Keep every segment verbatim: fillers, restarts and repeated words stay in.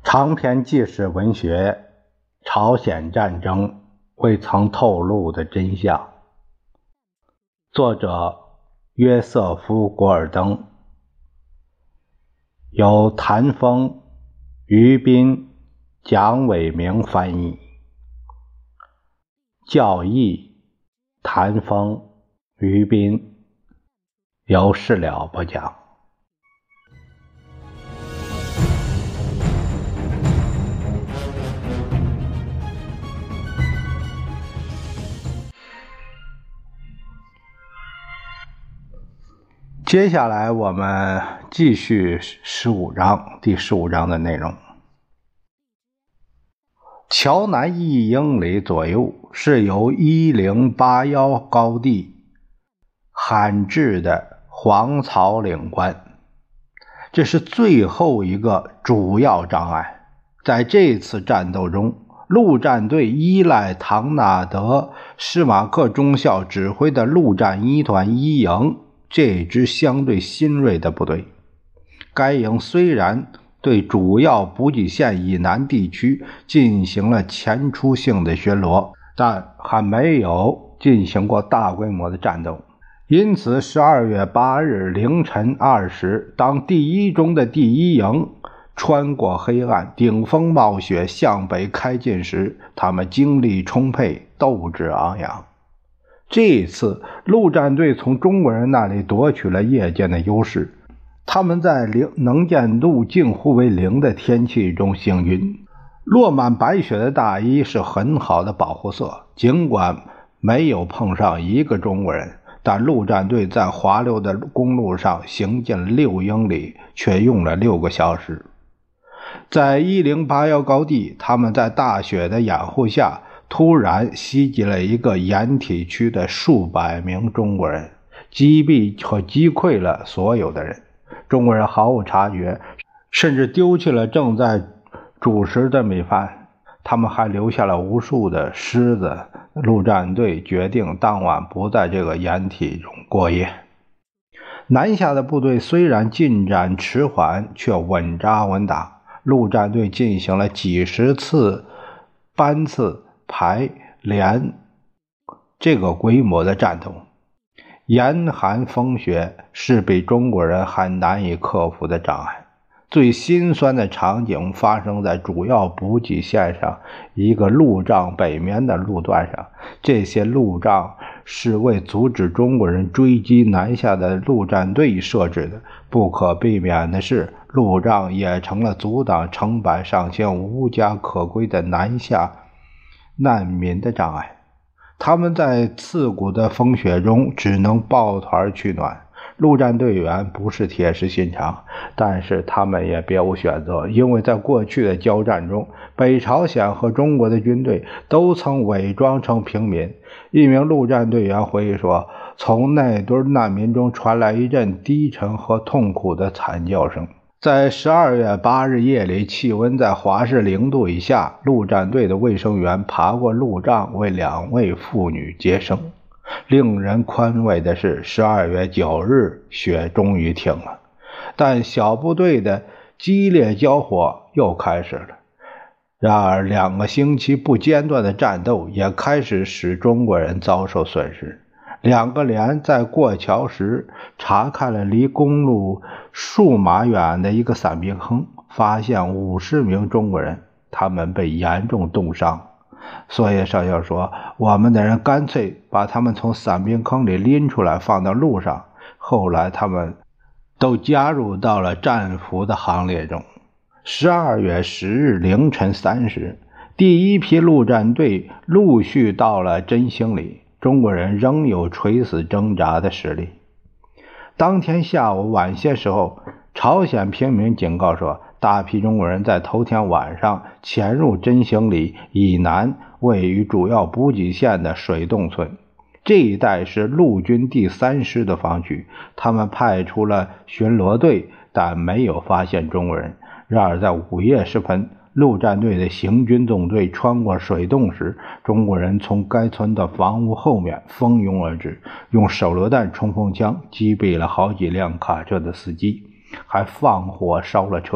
长篇纪实文学《朝鲜战争未曾透露的真相》，作者约瑟夫·古尔登，由谭峰、于斌、蒋伟明翻译，校译谭峰、于斌，由事了播讲。接下来我们继续十五章，第十五章的内容。桥南一英里左右是由一零八一高地罕置的黄草岭关，这是最后一个主要障碍。在这次战斗中，陆战队依赖唐纳德·施马克中校指挥的陆战一团一营，这支相对新锐的部队。该营虽然对主要补给线以南地区进行了前出性的巡逻，但还没有进行过大规模的战斗。因此十二月八日凌晨二时，当第一中的第一营穿过黑暗，顶风冒雪向北开进时，他们精力充沛，斗志昂扬。这一次陆战队从中国人那里夺取了夜间的优势，他们在零能见度近乎为零的天气中行军。落满白雪的大衣是很好的保护色，尽管没有碰上一个中国人，但陆战队在滑溜的公路上行进了六英里，却用了六个小时。在一零八一高地，他们在大雪的掩护下突然袭击了一个掩体区的数百名中国人，击毙和击溃了所有的人。中国人毫无察觉，甚至丢弃了正在煮食的米饭，他们还留下了无数的虱子。陆战队决定当晚不在这个掩体中过夜。南下的部队虽然进展迟缓，却稳扎稳打。陆战队进行了几十次班次排连这个规模的战斗，严寒风雪是比中国人还难以克服的障碍。最心酸的场景发生在主要补给线上一个路障北面的路段上，这些路障是为阻止中国人追击南下的陆战队设置的。不可避免的是，路障也成了阻挡成百上千无家可归的南下难民的障碍。他们在刺骨的风雪中只能抱团取暖。陆战队员不是铁石心肠，但是他们也别无选择，因为在过去的交战中，北朝鲜和中国的军队都曾伪装成平民。一名陆战队员回忆说，从那堆难民中传来一阵低沉和痛苦的惨叫声。在十二月八日夜里，气温在华氏零度以下，陆战队的卫生员爬过路障为两位妇女接生。令人宽慰的是，十二月九日雪终于停了，但小部队的激烈交火又开始了。然而两个星期不间断的战斗也开始使中国人遭受损失。两个连在过桥时查看了离公路数码远的一个伞兵坑，发现五十名中国人，他们被严重冻伤。所以上校说，我们的人干脆把他们从伞兵坑里拎出来放到路上。后来他们都加入到了战俘的行列中。十二月十日凌晨三时，第一批陆战队陆续到了真兴里，中国人仍有垂死挣扎的实力。当天下午晚些时候，朝鲜平民警告说，大批中国人在头天晚上潜入真兴里以南位于主要补给线的水洞村，这一带是陆军第三师的防区。他们派出了巡逻队，但没有发现中国人。然而在午夜时分，陆战队的行军纵队穿过水洞时，中国人从该村的房屋后面蜂拥而至，用手榴弹、冲锋枪击毙了好几辆卡车的司机，还放火烧了车辆。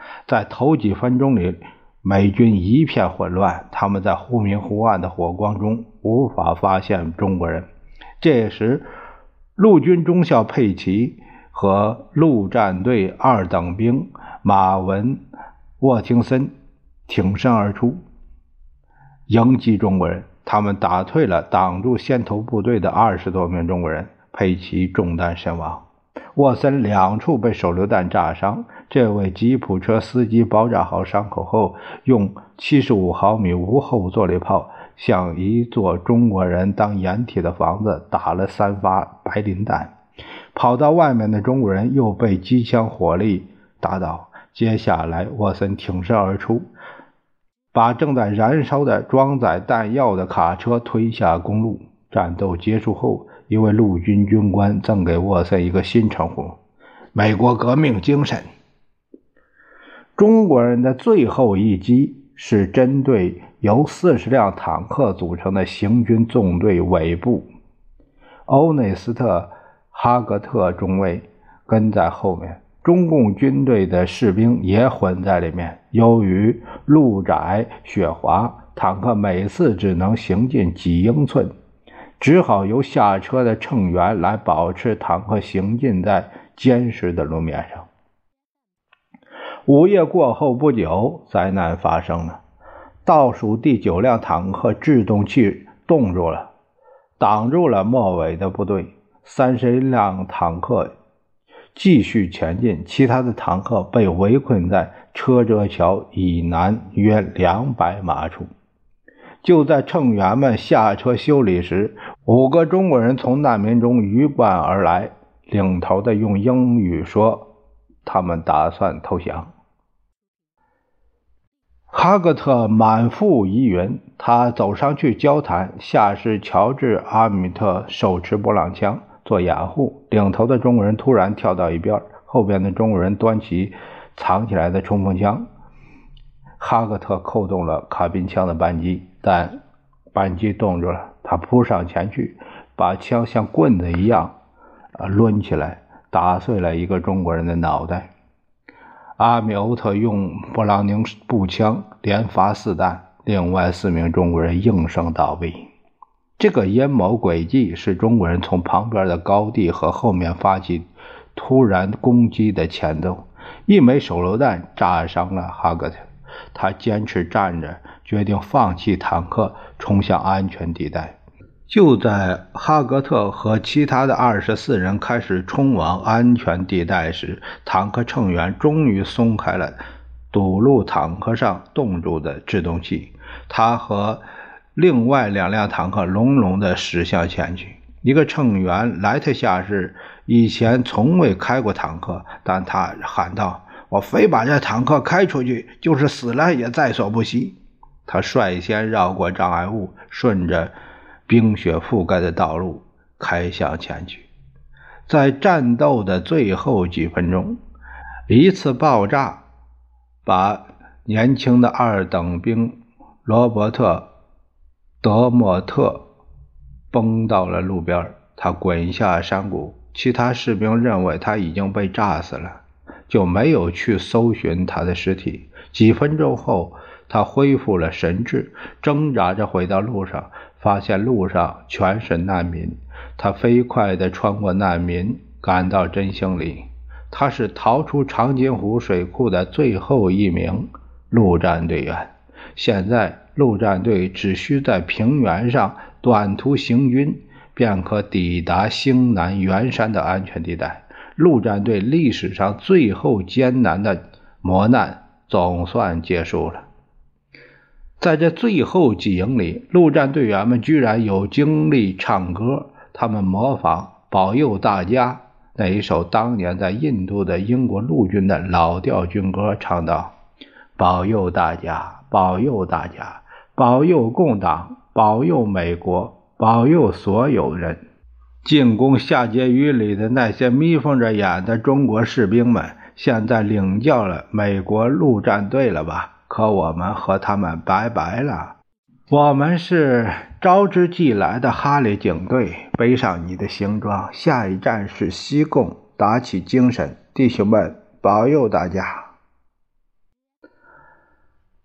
在头几分钟里，美军一片混乱，他们在忽明忽暗的火光中无法发现中国人。这时，陆军中校佩奇和陆战队二等兵马文沃廷森挺身而出，迎击中国人。他们打退了挡住先头部队的二十多名中国人，佩奇中弹身亡。沃森两处被手榴弹炸伤，这位吉普车司机包扎好伤口后，用七十五毫米无后坐力炮向一座中国人当掩体的房子打了三发白磷弹。跑到外面的中国人又被机枪火力打倒。接下来沃森挺身而出，把正在燃烧的装载弹药的卡车推下公路。战斗结束后，一位陆军军官赠给沃森一个新称呼：美国革命精神。中国人的最后一击是针对由四十辆坦克组成的行军纵队尾部，欧内斯特·哈格特中尉跟在后面，中共军队的士兵也混在里面。由于路窄雪滑，坦克每次只能行进几英寸，只好由下车的乘员来保持坦克行进在坚实的路面上。午夜过后不久，灾难发生了。倒数第九辆坦克制动器冻住了，挡住了末尾的部队。三十辆坦克继续前进，其他的坦克被围困在车辙桥以南约两百码处。就在乘员们下车修理时，五个中国人从难民中鱼贯而来，领头的用英语说他们打算投降。哈格特满腹疑云，他走上去交谈，下士乔治·阿米特手持波浪枪做掩护，领头的中国人突然跳到一边，后边的中国人端起藏起来的冲锋枪。哈格特扣动了卡宾枪的扳机，但扳机冻住了，他扑上前去，把枪像棍子一样抡起来，打碎了一个中国人的脑袋。阿米欧特用布朗宁步枪连发四弹，另外四名中国人应声倒毙。这个阴谋诡计是中国人从旁边的高地和后面发起突然攻击的前奏。一枚手榴弹炸伤了哈格特，他坚持站着，决定放弃坦克，冲向安全地带。就在哈格特和其他的二十四人开始冲往安全地带时，坦克乘员终于松开了堵路坦克上冻住的制动器，他和另外两辆坦克隆隆地驶向前去。一个乘员莱特下士以前从未开过坦克，但他喊道：我非把这坦克开出去，就是死了也在所不惜。他率先绕过障碍物，顺着冰雪覆盖的道路开向前去。在战斗的最后几分钟，一次爆炸把年轻的二等兵罗伯特·德莫特崩到了路边，他滚下山谷。其他士兵认为他已经被炸死了，就没有去搜寻他的尸体。几分钟后，他恢复了神智，挣扎着回到路上，发现路上全是难民。他飞快地穿过难民，赶到真兴里。他是逃出长津湖水库的最后一名陆战队员。现在陆战队只需在平原上短途行军，便可抵达兴南圆山的安全地带。陆战队历史上最后艰难的磨难总算结束了。在这最后几英里，陆战队员们居然有精力唱歌，他们模仿保佑大家那一首当年在印度的英国陆军的老调军歌，唱道：保佑大家，保佑大家，保佑共党，保佑美国，保佑所有人。进攻下碣隅里的那些眯缝着眼的中国士兵们，现在领教了美国陆战队了吧？可我们和他们拜拜了。我们是招之即来的哈利警队，背上你的行装，下一站是西贡，打起精神，弟兄们，保佑大家。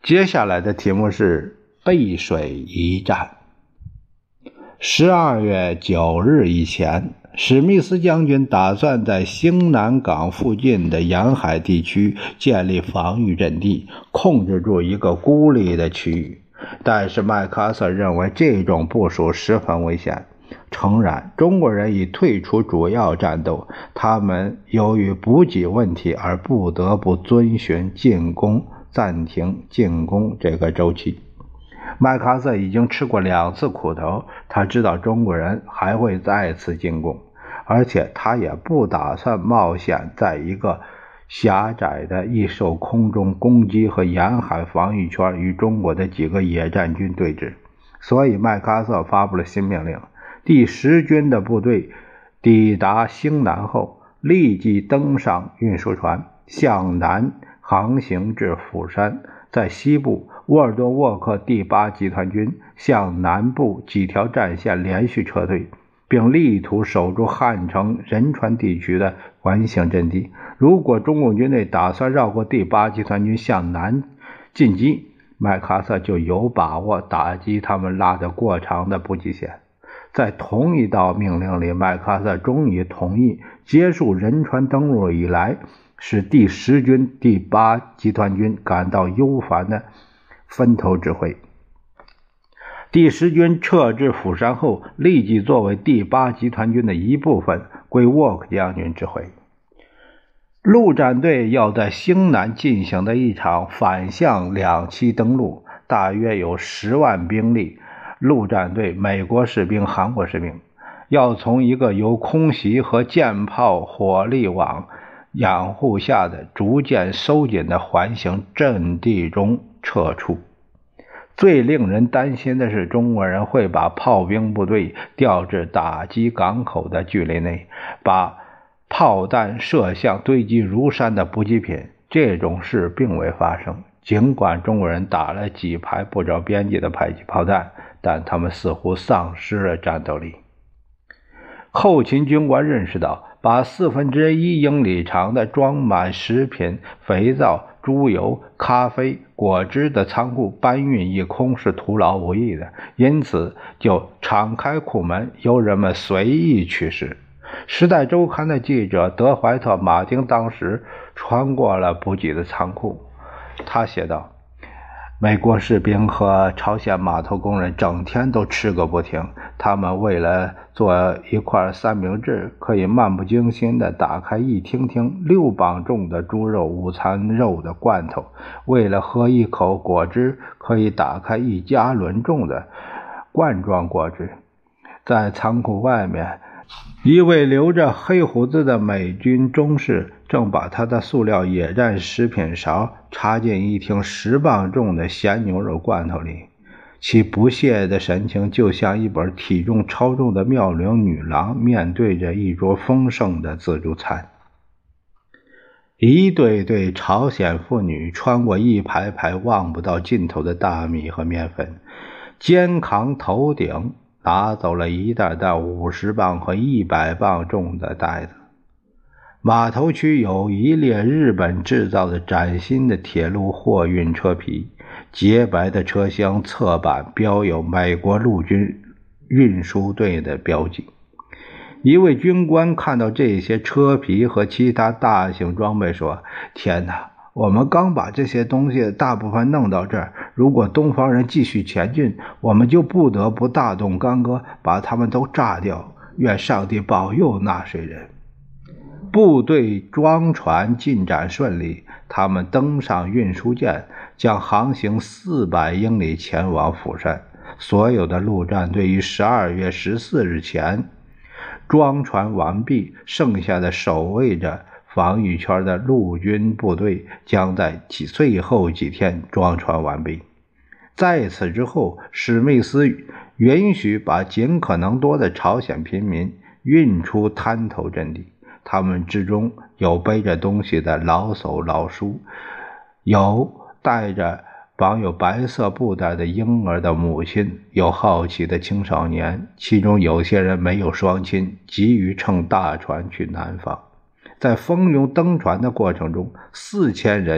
接下来的题目是背水一战。十二月九日以前，史密斯将军打算在兴南港附近的沿海地区建立防御阵地，控制住一个孤立的区域。但是麦克阿瑟认为这种部署十分危险。诚然，中国人已退出主要战斗，他们由于补给问题而不得不遵循进攻、暂停、进攻这个周期。麦克阿瑟已经吃过两次苦头，他知道中国人还会再次进攻，而且他也不打算冒险在一个狭窄的易受空中攻击和沿海防御圈与中国的几个野战军对峙。所以麦克阿瑟发布了新命令，第十军的部队抵达兴南后，立即登上运输船，向南航行至釜山，在西部沃尔多沃克第八集团军向南部几条战线连续撤退，并力图守住汉城仁川地区的环形阵地。如果中共军队打算绕过第八集团军向南进击，麦克阿瑟就有把握打击他们拉得过长的补给线。在同一道命令里，麦克阿瑟终于同意结束仁川登陆以来使第十军第八集团军感到忧烦的分头指挥。第十军撤至釜山后，立即作为第八集团军的一部分归沃克将军指挥。陆战队要在兴南进行的一场反向两栖登陆，大约有十万兵力，陆战队、美国士兵、韩国士兵，要从一个由空袭和舰炮火力网掩护下的逐渐收紧的环形阵地中撤出。最令人担心的是，中国人会把炮兵部队调至打击港口的距离内，把炮弹射向堆积如山的补给品。这种事并未发生，尽管中国人打了几排不着边际的迫击炮弹，但他们似乎丧失了战斗力。后勤军官认识到，把四分之一英里长的装满食品、肥皂、猪油、咖啡、果汁的仓库搬运一空是徒劳无益的，因此就敞开库门，由人们随意取食。时代周刊的记者德怀特·马丁当时穿过了补给的仓库，他写道：美国士兵和朝鲜码头工人整天都吃个不停，他们为了做一块三明治，可以漫不经心地打开一听听六磅重的猪肉午餐肉的罐头，为了喝一口果汁，可以打开一加仑重的罐装果汁。在仓库外面，一位留着黑胡子的美军中士正把他的塑料野战食品勺插进一听十磅重的咸牛肉罐头里，其不屑的神情就像一本体重超重的妙龄女郎面对着一桌丰盛的自助餐。一对对朝鲜妇女穿过一排排望不到尽头的大米和面粉，肩扛头顶拿走了一袋袋五十磅和一百磅重的袋子。码头区有一列日本制造的崭新的铁路货运车皮，洁白的车厢侧板标有美国陆军运输队的标记。一位军官看到这些车皮和其他大型装备说：天哪，我们刚把这些东西大部分弄到这儿，如果东方人继续前进，我们就不得不大动干戈，把他们都炸掉。愿上帝保佑纳税人。部队装船进展顺利，他们登上运输舰，将航行四百英里前往釜山。所有的陆战队于十二月十四日前装船完毕，剩下的守卫着防御圈的陆军部队将在其最后几天装船完毕。在此之后，史密斯允许把尽可能多的朝鲜平民运出滩头阵地，他们之中有背着东西的老叟老叔，有带着绑有白色布带的婴儿的母亲，有好奇的青少年，其中有些人没有双亲，急于乘大船去南方。在蜂拥登船的过程中，四千人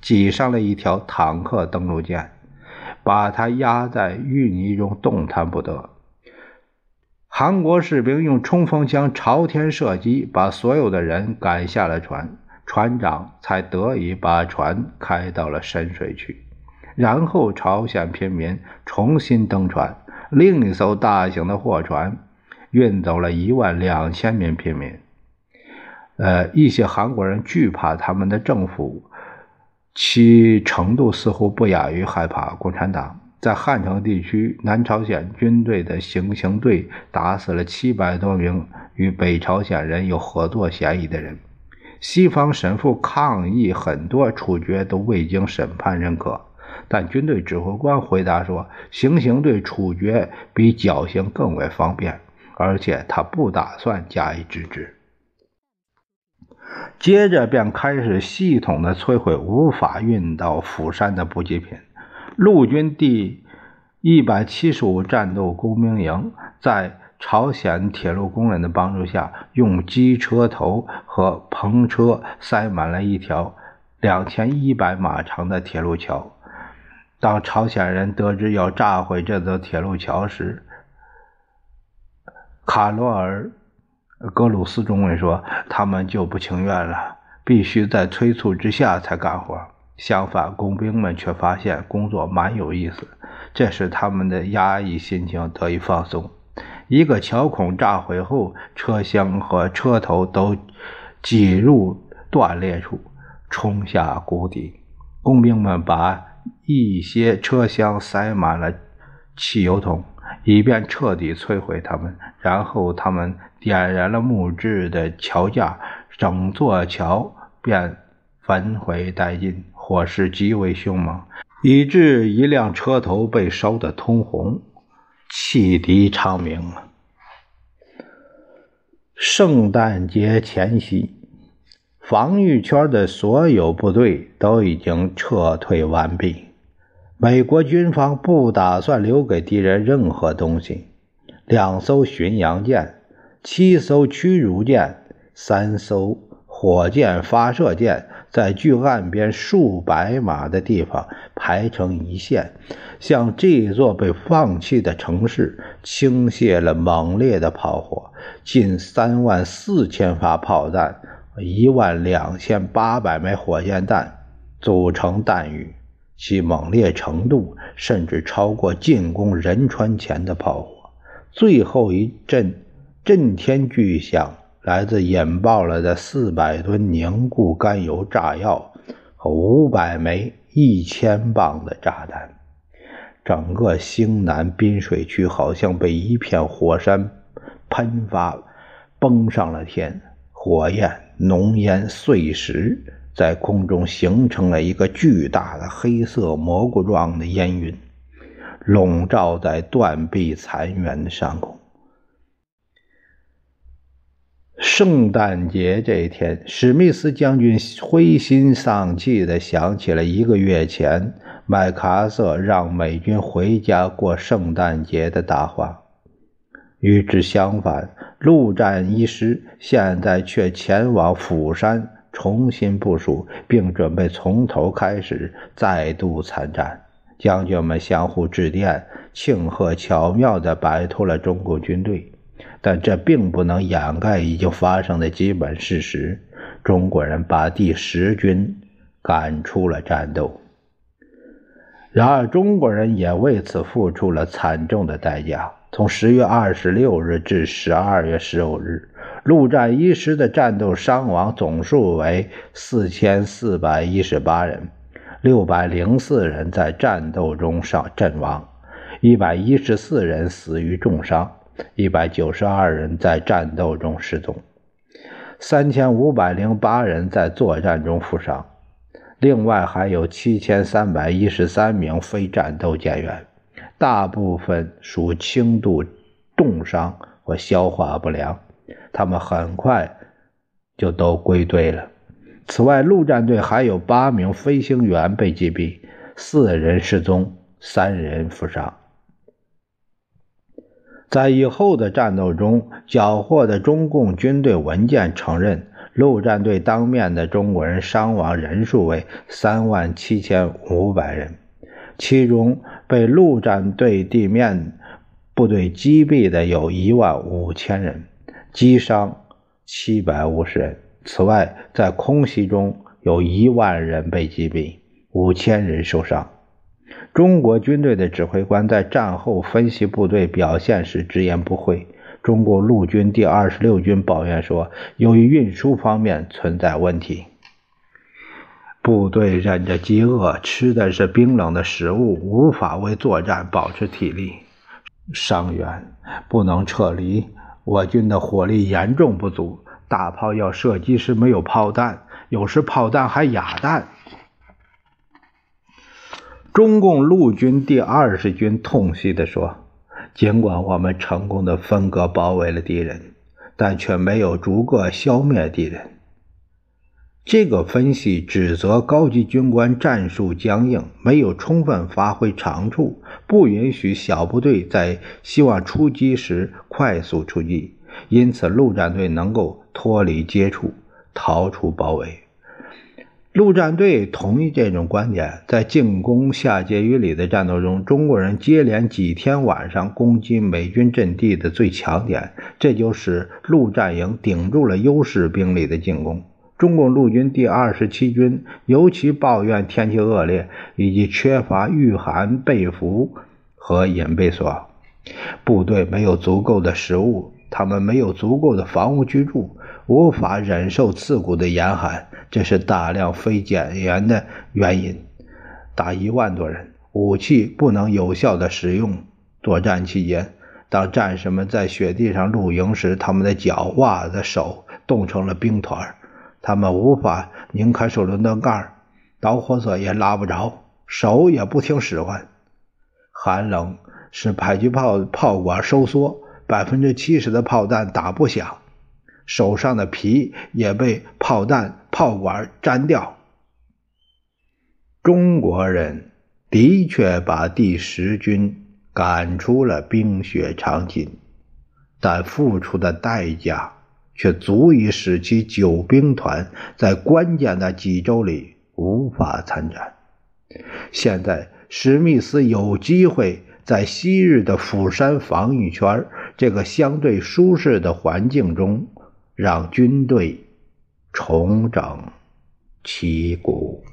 挤上了一条坦克登陆舰，把它压在淤泥中动弹不得。韩国士兵用冲锋枪朝天射击，把所有的人赶下了船，船长才得以把船开到了深水区。然后朝鲜平民重新登船，另一艘大型的货船运走了一万两千名平民。呃，一些韩国人惧怕他们的政府，其程度似乎不亚于害怕共产党。在汉城地区，南朝鲜军队的行刑队打死了七百多名与北朝鲜人有合作嫌疑的人。西方神父抗议很多处决都未经审判认可，但军队指挥官回答说，行刑队处决比绞刑更为方便，而且他不打算加以制止。接着便开始系统的摧毁无法运到釜山的补给品。陆军第一百七十五战斗工兵营在朝鲜铁路工人的帮助下，用机车头和篷车塞满了一条两千一百码长的铁路桥。当朝鲜人得知要炸毁这座铁路桥时，卡罗尔·格鲁斯中尉说，他们就不情愿了，必须在催促之下才干活。相反，工兵们却发现工作蛮有意思，这使他们的压抑心情得以放松。一个桥孔炸毁后，车厢和车头都挤入断裂处，冲下谷底。工兵们把一些车厢塞满了汽油桶，以便彻底摧毁它们。然后他们点燃了木质的桥架，整座桥便焚毁殆尽，火势极为凶猛，以致一辆车头被烧得通红，汽笛长鸣。圣诞节前夕，防御圈的所有部队都已经撤退完毕，美国军方不打算留给敌人任何东西。两艘巡洋舰、七艘驱逐舰、三艘火箭发射舰在距岸边数百码的地方排成一线，向这座被放弃的城市倾泻了猛烈的炮火，近三万四千发炮弹、一万两千八百枚火箭弹组成弹雨，其猛烈程度甚至超过进攻仁川前的炮火。最后一阵震天巨响来自引爆了的四百吨凝固甘油炸药和五百枚一千磅的炸弹。整个兴南滨水区好像被一片火山喷发崩上了天，火焰、浓烟、碎石在空中形成了一个巨大的黑色蘑菇状的烟云，笼罩在断壁残垣的上空。圣诞节这一天，史密斯将军灰心丧气地想起了一个月前麦克阿瑟让美军回家过圣诞节的大话。与之相反，陆战一师现在却前往釜山重新部署，并准备从头开始再度参战。将军们相互致电，庆贺巧妙地摆脱了中共军队，但这并不能掩盖已经发生的基本事实：中国人把第十军赶出了战斗。然而中国人也为此付出了惨重的代价。从十月二十六日至十二月十五日，陆战一师的战斗伤亡总数为四千四百一十八人，六百零四人在战斗中上阵亡，一百一十四人死于重伤，一百九十二人在战斗中失踪，三千五百零八人在作战中负伤，另外还有七千三百一十三名非战斗舰员，大部分属轻度冻伤或消化不良，他们很快就都归队了。此外，陆战队还有八名飞行员被击毙，四人失踪，三人负伤。在以后的战斗中，缴获的中共军队文件承认， 陆战队当面的中国人伤亡人数为三万七千五百人，其中被陆战队地面部队击毙的有一万五千人，击伤七百五十人。此外，在空袭中有一万人被击毙，五千人受伤。中国军队的指挥官在战后分析部队表现时直言不讳。中国陆军第二十六军抱怨说，由于运输方面存在问题，部队忍着饥饿，吃的是冰冷的食物，无法为作战保持体力。伤员不能撤离，我军的火力严重不足，大炮要射击时没有炮弹，有时炮弹还哑弹。中共陆军第二十军痛惜地说，尽管我们成功地分割包围了敌人，但却没有逐个消灭敌人。这个分析指责高级军官战术僵硬，没有充分发挥长处，不允许小部队在希望出击时快速出击，因此陆战队能够脱离接触，逃出包围。陆战队同意这种观点，在进攻下碣隅里的战斗中，中国人接连几天晚上攻击美军阵地的最强点，这就使陆战营顶住了优势兵力的进攻。中共陆军第二十七军尤其抱怨天气恶劣以及缺乏御寒被服和隐蔽所，部队没有足够的食物，他们没有足够的房屋居住，无法忍受刺骨的严寒，这是大量非减员的原因。达一万多人，武器不能有效的使用。作战期间，当战士们在雪地上露营时，他们的脚、袜子、手冻成了冰团，他们无法拧开手榴弹盖，导火索也拉不着，手也不听使唤。寒冷使迫击炮炮管收缩， 百分之七十 的炮弹打不响，手上的皮也被炮弹炮管粘掉。中国人的确把第十军赶出了冰雪长津，但付出的代价却足以使其九兵团在关键的几周里无法参战。现在史密斯有机会在昔日的釜山防御圈这个相对舒适的环境中，让军队重整旗鼓。